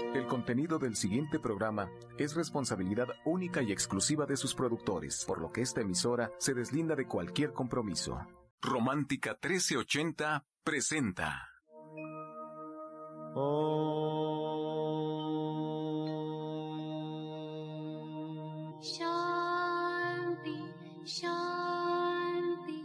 El contenido del siguiente programa es responsabilidad única y exclusiva de sus productores, por lo que esta emisora se deslinda de cualquier compromiso. Romántica 1380 presenta. Shanti, Shanti.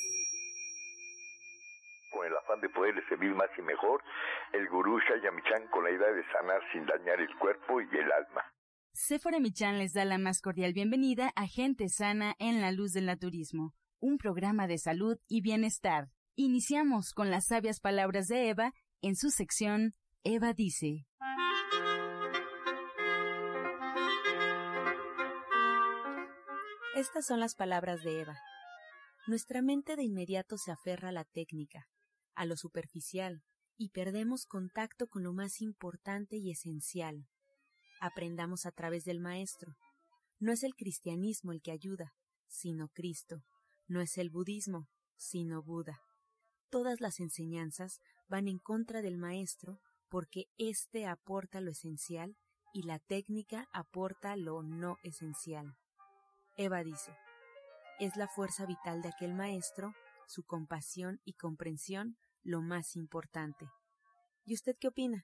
Con el afán de poderle servir más y mejor, el gurú Shaya Michan con la idea de sanar sin dañar el cuerpo y el alma. Séfora Michan les da la más cordial bienvenida a Gente Sana en la Luz del Naturismo, un programa de salud y bienestar. Iniciamos con las sabias palabras de Eva en su sección Eva dice. Estas son las palabras de Eva. Nuestra mente de inmediato se aferra a la técnica, a lo superficial, y perdemos contacto con lo más importante y esencial. Aprendamos a través del Maestro. No es el cristianismo el que ayuda, sino Cristo. No es el budismo, sino Buda. Todas las enseñanzas van en contra del Maestro porque éste aporta lo esencial y la técnica aporta lo no esencial. Eva dice, es la fuerza vital de aquel Maestro, su compasión y comprensión, lo más importante. ¿Y usted qué opina?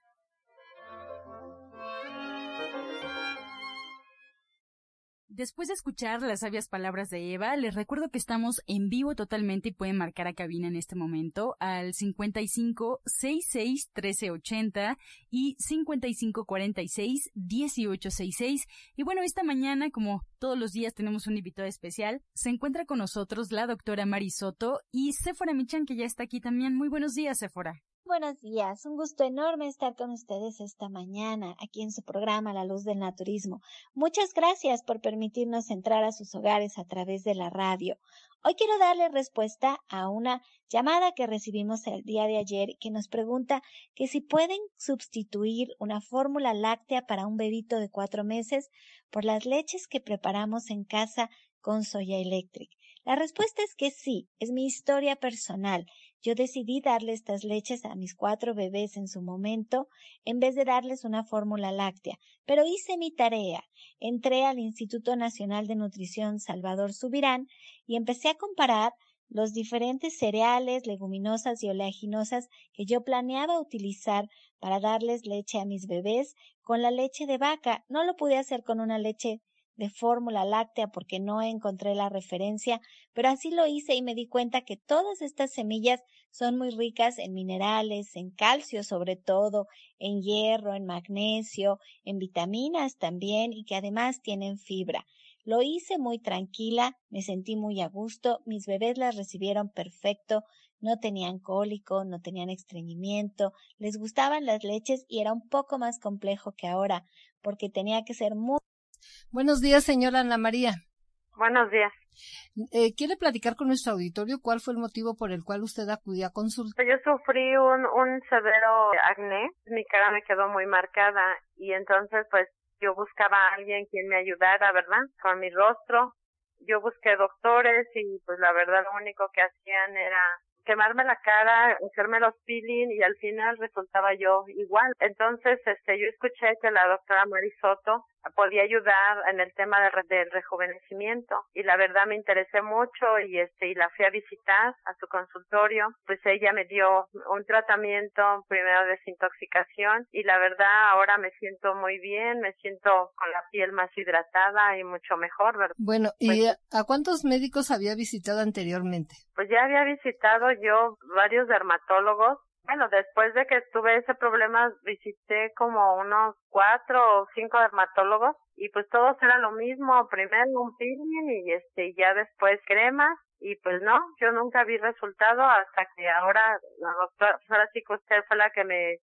Después de escuchar las sabias palabras de Eva, les recuerdo que estamos en vivo totalmente y pueden marcar a cabina en este momento al 55 66 1380 y 55 46 1866. Y bueno, esta mañana, como todos los días, tenemos un invitado especial. Se encuentra con nosotros la doctora Mari Soto y Séfora Michan, que ya está aquí también. Muy buenos días, Séfora. Buenos días, un gusto enorme estar con ustedes esta mañana aquí en su programa La Luz del Naturismo. Muchas gracias por permitirnos entrar a sus hogares a través de la radio. Hoy quiero darle respuesta a una llamada que recibimos el día de ayer que nos pregunta que si pueden sustituir una fórmula láctea para un bebito de 4 meses por las leches que preparamos en casa con Soya Electric. La respuesta es que sí, es mi historia personal. Yo decidí darle estas leches a mis 4 bebés en su momento, en vez de darles una fórmula láctea. Pero hice mi tarea. Entré al Instituto Nacional de Nutrición Salvador Subirán y empecé a comparar los diferentes cereales, leguminosas y oleaginosas que yo planeaba utilizar para darles leche a mis bebés con la leche de vaca. No lo pude hacer con una leche de fórmula láctea porque no encontré la referencia, pero así lo hice y me di cuenta que todas estas semillas son muy ricas en minerales, en calcio sobre todo, en hierro, en magnesio, en vitaminas también y que además tienen fibra. Lo hice muy tranquila, me sentí muy a gusto, mis bebés las recibieron perfecto, no tenían cólico, no tenían estreñimiento, les gustaban las leches y era un poco más complejo que ahora porque tenía que ser muy... Buenos días, señora Ana María. Buenos días. ¿Quiere platicar con nuestro auditorio cuál fue el motivo por el cual usted acudió a consulta? Yo sufrí un severo acné, mi cara me quedó muy marcada y entonces pues yo buscaba a alguien quien me ayudara, ¿verdad? Con mi rostro. Yo busqué doctores y pues la verdad lo único que hacían era quemarme la cara, hacerme los peeling y al final resultaba yo igual. Entonces, yo escuché que la doctora Mari Soto podía ayudar en el tema del rejuvenecimiento y la verdad me interesé mucho y la fui a visitar a su consultorio. Pues ella me dio un tratamiento primero de desintoxicación y la verdad ahora me siento muy bien, me siento con la piel más hidratada y mucho mejor, ¿verdad? Bueno, ¿y pues, a cuántos médicos había visitado anteriormente? Pues ya había visitado yo varios dermatólogos. Bueno, después de que tuve ese problema, visité como unos 4 o 5 dermatólogos y pues todos era lo mismo, primero un peeling y ya después cremas y pues no, yo nunca vi resultado hasta que ahora la doctora, pues ahora sí que usted fue la que me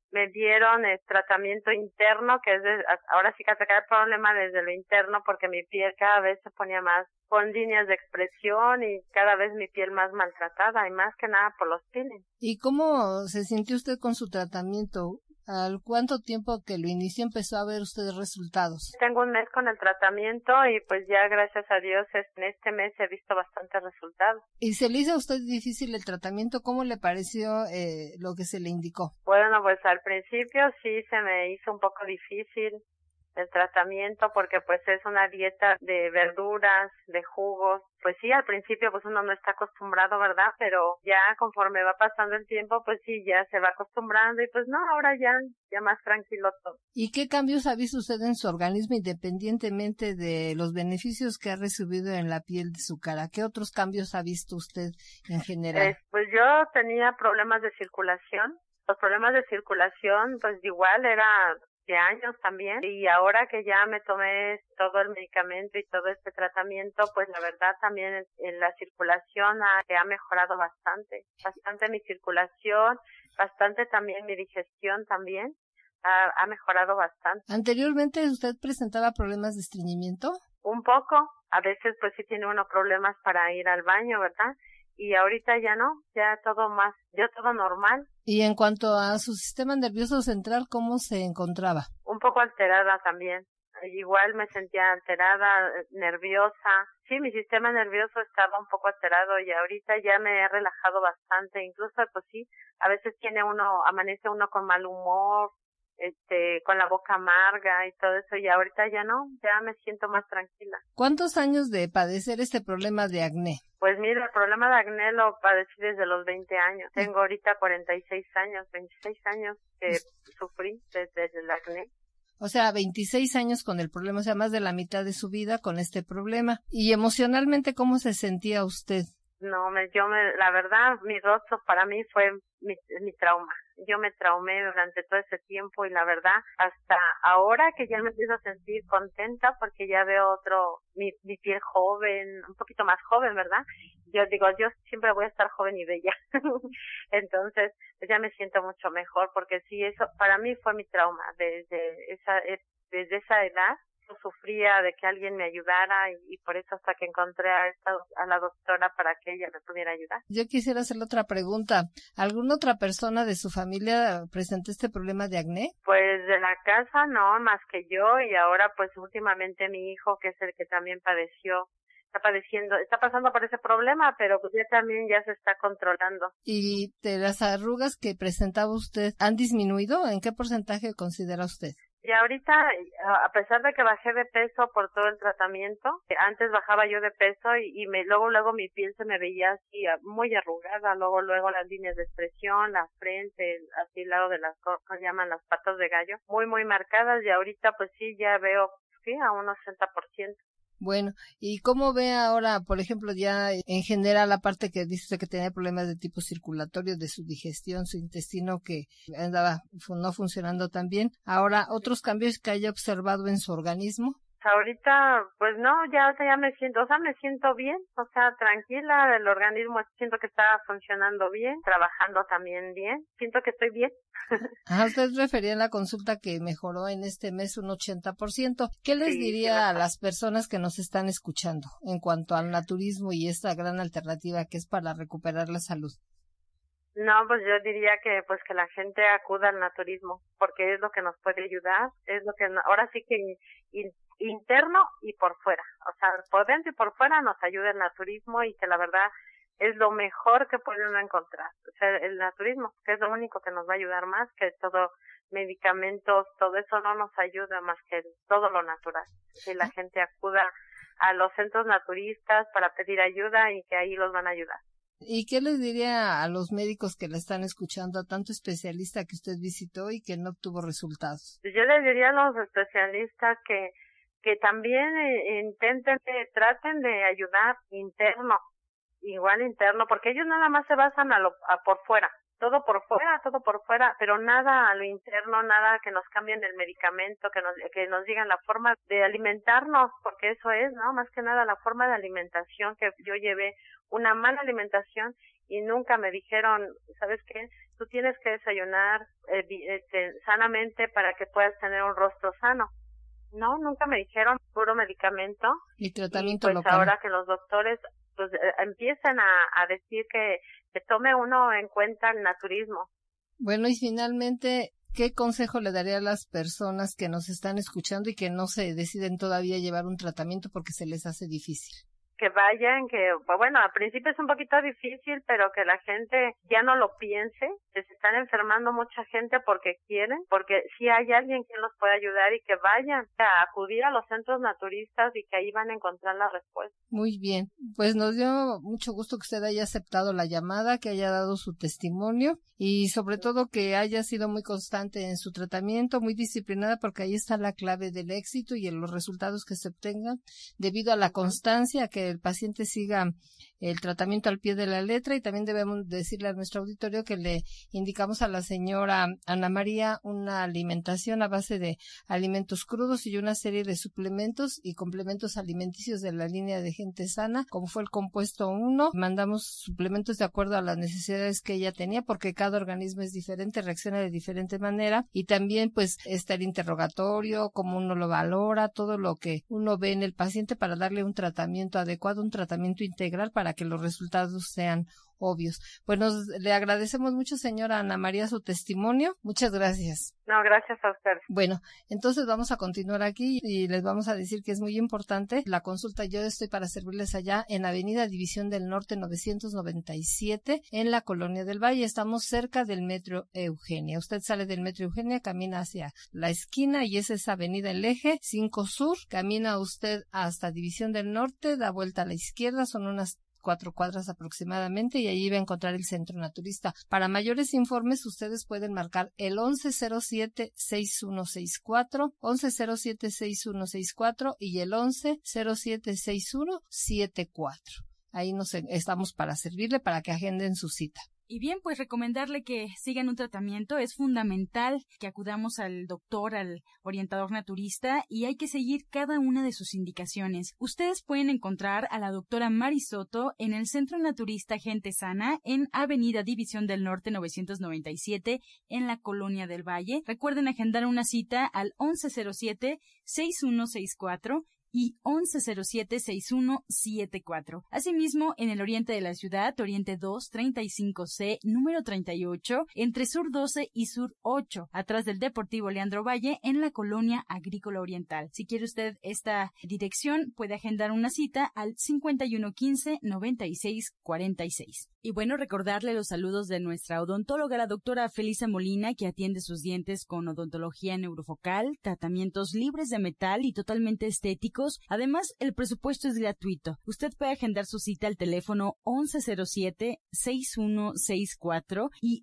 dieron el tratamiento interno, que es ahora sí que atacar el problema desde lo interno porque mi piel cada vez se ponía más con líneas de expresión y cada vez mi piel más maltratada y más que nada por los peelings. ¿Y cómo se sintió usted con su tratamiento? ¿Al cuánto tiempo que lo inició empezó a ver usted resultados? Tengo un mes con el tratamiento y pues ya gracias a Dios en este mes he visto bastantes resultados. ¿Y se le hizo a usted difícil el tratamiento? ¿Cómo le pareció lo que se le indicó? Bueno, pues al principio sí se me hizo un poco difícil el tratamiento porque pues es una dieta de verduras, de jugos. Pues sí, al principio pues uno no está acostumbrado, ¿verdad? Pero ya conforme va pasando el tiempo, pues sí, ya se va acostumbrando y pues no, ahora ya más tranquilo todo. ¿Y qué cambios ha visto usted en su organismo independientemente de los beneficios que ha recibido en la piel de su cara? ¿Qué otros cambios ha visto usted en general? Pues yo tenía problemas de circulación. Los problemas de circulación pues igual era de años también, y ahora que ya me tomé todo el medicamento y todo este tratamiento, pues la verdad también en la circulación ha mejorado bastante mi circulación, bastante también mi digestión también, ha mejorado bastante. ¿Anteriormente usted presentaba problemas de estreñimiento? Un poco, a veces pues sí tiene uno problemas para ir al baño, ¿verdad? Y ahorita ya no, ya todo normal. Y en cuanto a su sistema nervioso central, ¿cómo se encontraba? Un poco alterada también. Igual me sentía alterada, nerviosa. Sí, mi sistema nervioso estaba un poco alterado y ahorita ya me he relajado bastante. Incluso, pues sí, a veces amanece uno con mal humor, con la boca amarga y todo eso, y ahorita ya no, ya me siento más tranquila. ¿Cuántos años de padecer este problema de acné? Pues mira, el problema de acné lo padecí desde los 20 años. Tengo ahorita 26 años que sufrí desde el acné. O sea, 26 años con el problema, o sea, más de la mitad de su vida con este problema. ¿Y emocionalmente cómo se sentía usted? No, la verdad, mi rostro para mí fue mi trauma. Yo me traumé durante todo ese tiempo y la verdad, hasta ahora que ya me empiezo a sentir contenta porque ya veo mi piel joven, un poquito más joven, ¿verdad? Yo digo, yo siempre voy a estar joven y bella. Entonces, pues ya me siento mucho mejor porque sí, eso para mí fue mi trauma. Desde esa edad, yo sufría de que alguien me ayudara y por eso hasta que encontré a la doctora para que ella me pudiera ayudar. Yo quisiera hacerle otra pregunta. ¿Alguna otra persona de su familia presentó este problema de acné? Pues de la casa no, más que yo, y ahora pues últimamente mi hijo, que es el que también está pasando por ese problema, pero pues ya también ya se está controlando. ¿Y de las arrugas que presentaba usted han disminuido? ¿En qué porcentaje considera usted? Y ahorita, a pesar de que bajé de peso por todo el tratamiento, antes bajaba yo de peso y luego mi piel se me veía así muy arrugada, luego las líneas de expresión, la frente, así al lado de las cosas, llaman las patas de gallo, muy muy marcadas, y ahorita pues sí ya veo, sí, a un 80%. Bueno, ¿y cómo ve ahora, por ejemplo, ya en general, la parte que dice usted que tenía problemas de tipo circulatorio, de su digestión, su intestino que andaba no funcionando tan bien? Ahora, ¿otros cambios que haya observado en su organismo? Ahorita, pues no, ya me siento bien, tranquila, el organismo siento que está funcionando bien, trabajando también bien, siento que estoy bien. Usted refería en la consulta que mejoró en este mes un 80%. ¿Qué les diría a las personas que nos están escuchando en cuanto al naturismo y esta gran alternativa que es para recuperar la salud? No, pues yo diría que la gente acuda al naturismo, porque es lo que nos puede ayudar, es lo que ahora sí que interno y por fuera, por dentro y por fuera nos ayuda el naturismo, y que la verdad es lo mejor que puede uno encontrar, el naturismo, que es lo único que nos va a ayudar más que todo, medicamentos, todo eso no nos ayuda más que todo lo natural. Que la gente acuda a los centros naturistas para pedir ayuda y que ahí los van a ayudar. ¿Y qué les diría a los médicos que la están escuchando, a tanto especialista que usted visitó y que no obtuvo resultados? Yo les diría a los especialistas que también traten de ayudar interno, porque ellos nada más se basan por fuera, todo por fuera, pero nada a lo interno, nada que nos cambien el medicamento, que nos digan la forma de alimentarnos, porque eso es, ¿no? Más que nada la forma de alimentación, que yo llevé una mala alimentación y nunca me dijeron, ¿sabes qué? Tú tienes que desayunar sanamente para que puedas tener un rostro sano. No, nunca me dijeron, puro medicamento. Y tratamiento local. Ahora que los doctores empiezan a decir que tome uno en cuenta el naturismo. Bueno, y finalmente, ¿qué consejo le daría a las personas que nos están escuchando y que no se deciden todavía llevar un tratamiento porque se les hace difícil? Que vayan, que bueno, al principio es un poquito difícil, pero que la gente ya no lo piense, que se están enfermando mucha gente porque quieren, porque si hay alguien que los puede ayudar y que vayan a acudir a los centros naturistas y que ahí van a encontrar la respuesta. Muy bien, pues nos dio mucho gusto que usted haya aceptado la llamada, que haya dado su testimonio y sobre todo que haya sido muy constante en su tratamiento, muy disciplinada, porque ahí está la clave del éxito y en los resultados que se obtengan debido a la constancia, que el paciente siga el tratamiento al pie de la letra. Y también debemos decirle a nuestro auditorio que le indicamos a la señora Ana María una alimentación a base de alimentos crudos y una serie de suplementos y complementos alimenticios de la línea de Gente Sana, como fue el compuesto 1. Mandamos suplementos de acuerdo a las necesidades que ella tenía, porque cada organismo es diferente, reacciona de diferente manera. Y también pues está el interrogatorio, cómo uno lo valora, todo lo que uno ve en el paciente para darle un tratamiento adecuado, un tratamiento integral para que los resultados sean obvios. Pues le agradecemos mucho, señora Ana María, su testimonio. Muchas gracias. No, gracias a usted. Bueno, entonces vamos a continuar aquí y les vamos a decir que es muy importante la consulta. Yo estoy para servirles allá en Avenida División del Norte 997 en la Colonia del Valle. Estamos cerca del Metro Eugenia. Usted sale del Metro Eugenia, camina hacia la esquina y esa es Avenida El Eje 5 Sur. Camina usted hasta División del Norte, da vuelta a la izquierda, son unas 4 cuadras aproximadamente y allí va a encontrar el Centro Naturista. Para mayores informes ustedes pueden marcar el 1107-6164, 1107-6164 y el 1107-6174. Ahí estamos para servirle, para que agenden su cita. Y bien, pues recomendarle que sigan un tratamiento. Es fundamental que acudamos al doctor, al orientador naturista, y hay que seguir cada una de sus indicaciones. Ustedes pueden encontrar a la doctora Mari Soto en el Centro Naturista Gente Sana en Avenida División del Norte 997 en la Colonia del Valle. Recuerden agendar una cita al 1107-6164 y 1107-6174. Asimismo, en el oriente de la ciudad, Oriente 2, 35C, número 38, entre Sur 12 y Sur 8, atrás del Deportivo Leandro Valle, en la Colonia Agrícola Oriental. Si quiere usted esta dirección, puede agendar una cita al 5115-9646. Y bueno, recordarle los saludos de nuestra odontóloga, la doctora Felisa Molina, que atiende sus dientes con odontología neurofocal, tratamientos libres de metal y totalmente estéticos. Además, el presupuesto es gratuito. Usted puede agendar su cita al teléfono 1107-6164 y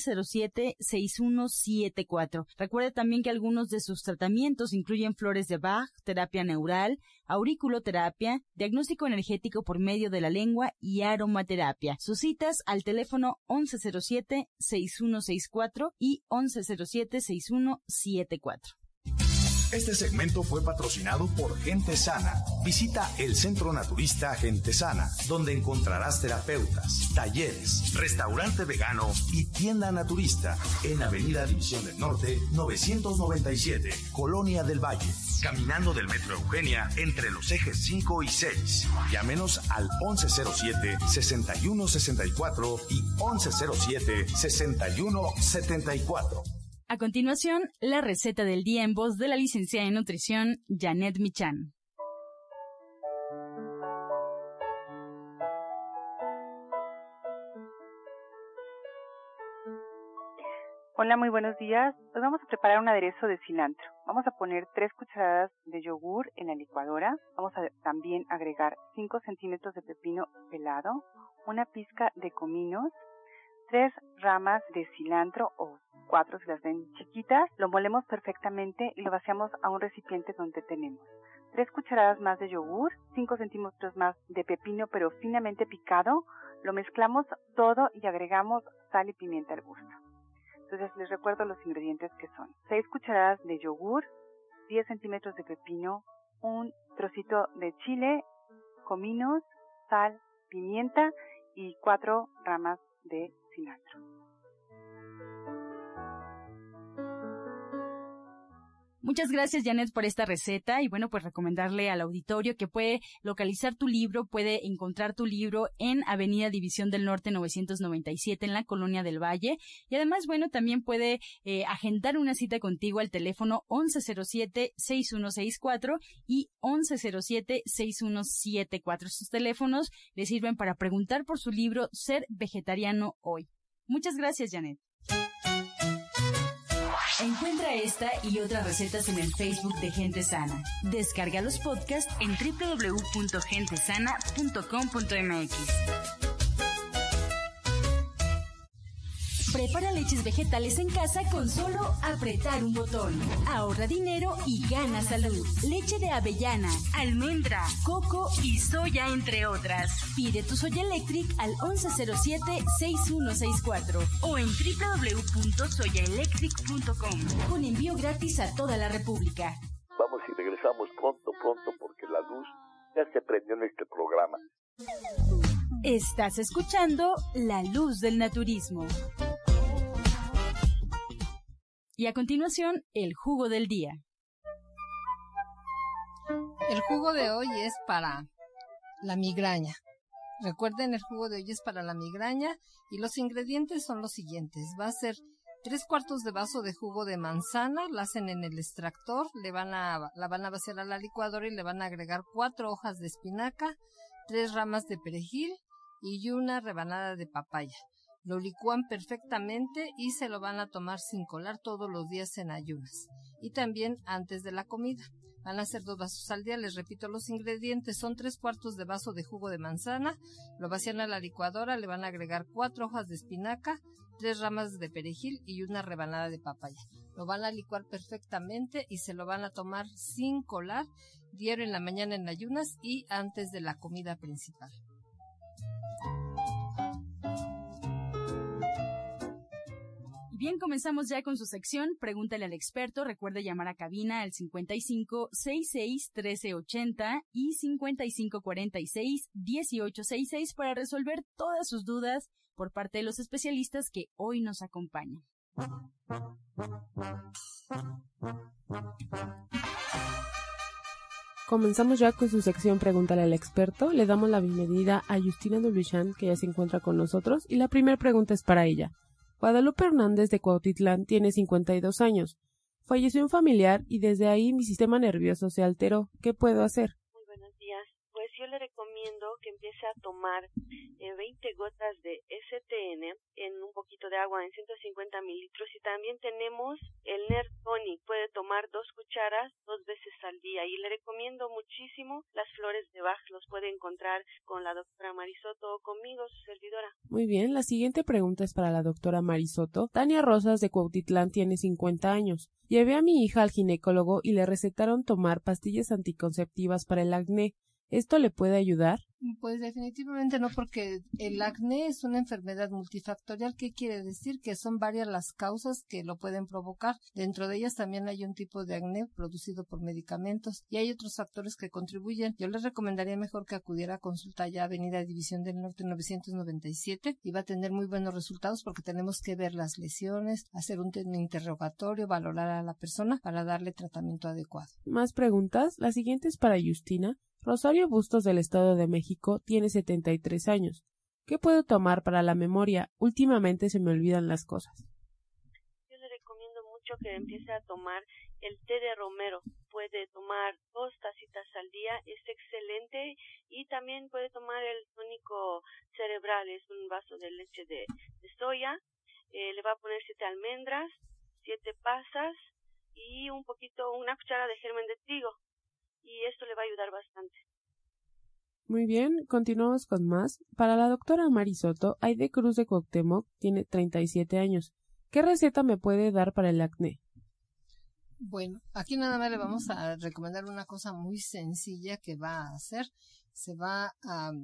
1107-6174. Recuerde también que algunos de sus tratamientos incluyen flores de Bach, terapia neural, auriculoterapia, diagnóstico energético por medio de la lengua y aromaterapia. Sus citas al teléfono 1107-6164 y 1107-6174. Este segmento fue patrocinado por Gente Sana. Visita el Centro Naturista Gente Sana, donde encontrarás terapeutas, talleres, restaurante vegano y tienda naturista en Avenida División del Norte 997, Colonia del Valle, caminando del Metro Eugenia entre los ejes 5 y 6. Llámenos al 1107-6164 y 1107-6174. A continuación, la receta del día en voz de la licenciada en nutrición, Janet Michan. Hola, muy buenos días. Hoy vamos a preparar un aderezo de cilantro. Vamos a poner 3 cucharadas de yogur en la licuadora. Vamos a también agregar 5 centímetros de pepino pelado, una pizca de cominos, 3 ramas de cilantro o 4 si las ven chiquitas. Lo molemos perfectamente y lo vaciamos a un recipiente donde tenemos 3 cucharadas más de yogur, 5 centímetros más de pepino pero finamente picado. Lo mezclamos todo y agregamos sal y pimienta al gusto. Entonces les recuerdo los ingredientes que son 6 cucharadas de yogur, 10 centímetros de pepino, un trocito de chile, cominos, sal, pimienta y 4 ramas de cilantro. Muchas gracias, Janet, por esta receta y bueno, pues recomendarle al auditorio que puede localizar tu libro, puede encontrar tu libro en Avenida División del Norte 997 en la Colonia del Valle y además, bueno, también puede agendar una cita contigo al teléfono 1107-6164 y 1107-6174. Estos teléfonos le sirven para preguntar por su libro Ser Vegetariano Hoy. Muchas gracias, Janet. Encuentra esta y otras recetas en el Facebook de Gente Sana. Descarga los podcasts en www.gentesana.com.mx. Prepara leches vegetales en casa con solo apretar un botón. Ahorra dinero y gana salud. Leche de avellana, almendra, coco y soya, entre otras. Pide tu Soya Electric al 1107-6164 o en www.soyaelectric.com con envío gratis a toda la República. Vamos y regresamos pronto, porque la luz ya se prendió en este programa. Estás escuchando La Luz del Naturismo. Y a continuación, el jugo del día. El jugo de hoy es para la migraña. Recuerden, el jugo de hoy es para la migraña y los ingredientes son los siguientes. Va a ser 3/4 de vaso de jugo de manzana, la hacen en el extractor, la van a vaciar a la licuadora y le van a agregar 4 hojas de espinaca, 3 ramas de perejil y una rebanada de papaya. Lo licúan perfectamente y se lo van a tomar sin colar todos los días en ayunas. Y también antes de la comida. Van a hacer 2 vasos al día. Les repito los ingredientes. Son 3/4 de vaso de jugo de manzana. Lo vacían a la licuadora. Le van a agregar 4 hojas de espinaca, 3 ramas de perejil y una rebanada de papaya. Lo van a licuar perfectamente y se lo van a tomar sin colar, diario en la mañana en ayunas y antes de la comida principal. Bien, comenzamos ya con su sección Pregúntale al experto. Recuerde llamar a cabina al 5566-1380 y 5546-1866 para resolver todas sus dudas por parte de los especialistas que hoy nos acompañan. Comenzamos ya con su sección Pregúntale al experto. Le damos la bienvenida a Justina Dubuchan, que ya se encuentra con nosotros, y la primera pregunta es para ella. Guadalupe Hernández de Cuautitlán tiene 52 años. Falleció un familiar y desde ahí mi sistema nervioso se alteró. ¿Qué puedo hacer? Muy buenos días. Pues yo le recomiendo que empiece a tomar 20 gotas de STN en un poquito de agua, en 150 mililitros. Y también tenemos el Nerve Tonic. Puede tomar 2 cucharas 2 veces al día. Y le recomiendo muchísimo las flores de Bach. Los puede encontrar con la doctora Marisoto o conmigo, su servidora. Muy bien, la siguiente pregunta es para la doctora Marisoto. Tania Rosas de Cuautitlán tiene 50 años. Llevé a mi hija al ginecólogo y le recetaron tomar pastillas anticonceptivas para el acné. ¿Esto le puede ayudar? Pues definitivamente no, porque el acné es una enfermedad multifactorial. ¿Qué quiere decir? Que son varias las causas que lo pueden provocar. Dentro de ellas también hay un tipo de acné producido por medicamentos y hay otros factores que contribuyen. Yo les recomendaría mejor que acudiera a consulta ya Avenida División del Norte 997 y va a tener muy buenos resultados porque tenemos que ver las lesiones, hacer un interrogatorio, valorar a la persona para darle tratamiento adecuado. ¿Más preguntas? La siguiente es para Justina. Rosario Bustos del Estado de México tiene 73 años. ¿Qué puedo tomar para la memoria? Últimamente se me olvidan las cosas. Yo le recomiendo mucho que empiece a tomar el té de romero. Puede tomar 2 tacitas al día, es excelente. Y también puede tomar el tónico cerebral, es un vaso de leche de soya. Le va a poner 7 almendras, 7 pasas y una cuchara de germen de trigo. Y esto le va a ayudar bastante. Muy bien, continuamos con más. Para la doctora Marisoto, Aide Cruz de Cuauhtémoc tiene 37 años. ¿Qué receta me puede dar para el acné? Bueno, aquí nada más le vamos a recomendar una cosa muy sencilla que va a hacer. Se va a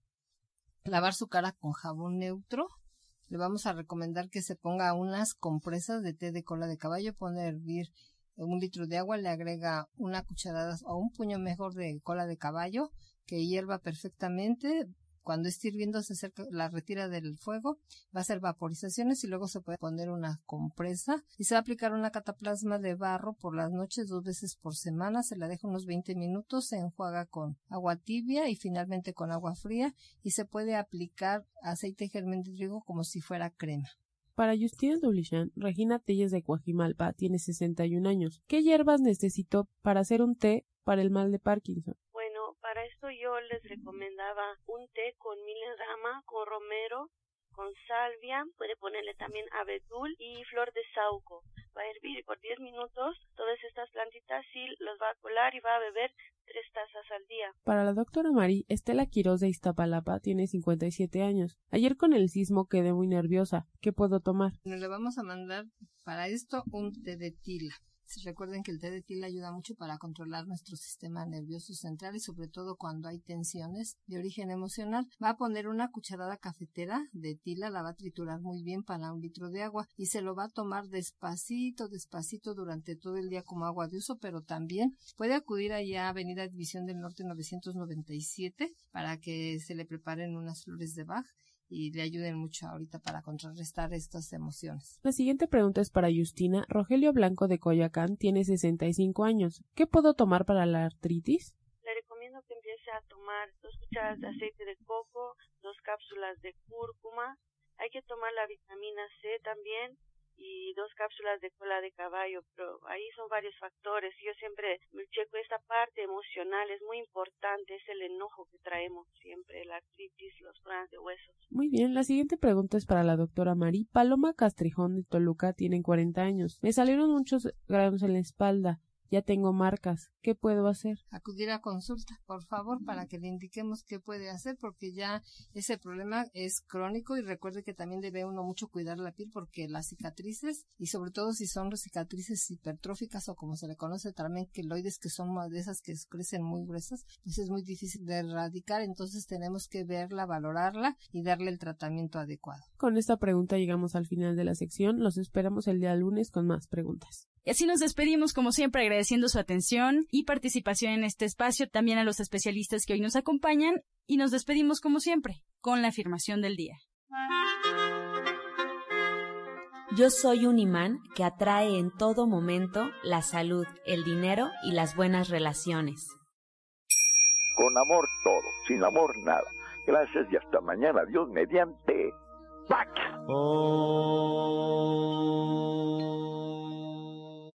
lavar su cara con jabón neutro. Le vamos a recomendar que se ponga unas compresas de té de cola de caballo, pone a hervir 1 litro de agua, le agrega 1 cucharada o un puño mejor de cola de caballo que hierva perfectamente, Cuando esté hirviendo la retira del fuego, va a hacer vaporizaciones y luego se puede poner una compresa y se va a aplicar una cataplasma de barro por las noches 2 veces por semana. Se la deja unos 20 minutos, se enjuaga con agua tibia y finalmente con agua fría y se puede aplicar aceite germen de trigo como si fuera crema. Para Justina Dublichán, Regina Telles de Coajimalpa tiene 61 años. ¿Qué hierbas necesito para hacer un té para el mal de Parkinson? Bueno, para esto yo les recomendaba un té con milerama, con romero, con salvia, puede ponerle también abedul y flor de saúco. Va a hervir por 10 minutos todas estas plantitas y los va a colar y va a beber 3 tazas al día. Para la doctora Mari, Estela Quiroz de Iztapalapa tiene 57 años. Ayer con el sismo quedé muy nerviosa. ¿Qué puedo tomar? Le vamos a mandar para esto un té de tila. Recuerden que el té de tila ayuda mucho para controlar nuestro sistema nervioso central y sobre todo cuando hay tensiones de origen emocional. Va a poner una cucharada cafetera de tila, la va a triturar muy bien para 1 litro de agua y se lo va a tomar despacito durante todo el día como agua de uso, pero también puede acudir allá a Avenida División del Norte 997 para que se le preparen unas flores de Bach y le ayuden mucho ahorita para contrarrestar estas emociones. La siguiente pregunta es para Justina. Rogelio Blanco de Coyoacán tiene 65 años. ¿Qué puedo tomar para la artritis? Le recomiendo que empiece a tomar 2 cucharadas de aceite de coco, 2 cápsulas de cúrcuma. Hay que tomar la vitamina C también y 2 cápsulas de cola de caballo, pero ahí son varios factores. Yo siempre me checo esta parte emocional, es muy importante, es el enojo que traemos siempre, la artritis, los problemas de huesos. Muy bien, la siguiente pregunta es para la doctora Mari. Paloma Castrijón de Toluca tiene 40 años. Me salieron muchos granos en la espalda. Ya tengo marcas. ¿Qué puedo hacer? Acudir a consulta, por favor, para que le indiquemos qué puede hacer, porque ya ese problema es crónico y recuerde que también debe uno mucho cuidar la piel porque las cicatrices, y sobre todo si son cicatrices hipertróficas o como se le conoce también queloides, que son de esas que crecen muy gruesas, pues es muy difícil de erradicar, entonces tenemos que verla, valorarla y darle el tratamiento adecuado. Con esta pregunta llegamos al final de la sección. Los esperamos el día lunes con más preguntas. Y así nos despedimos, como siempre, agradeciendo su atención y participación en este espacio, también a los especialistas que hoy nos acompañan, y nos despedimos, como siempre, con la afirmación del día. Yo soy un imán que atrae en todo momento la salud, el dinero y las buenas relaciones. Con amor todo, sin amor nada. Gracias y hasta mañana. Dios mediante. ¡Pax!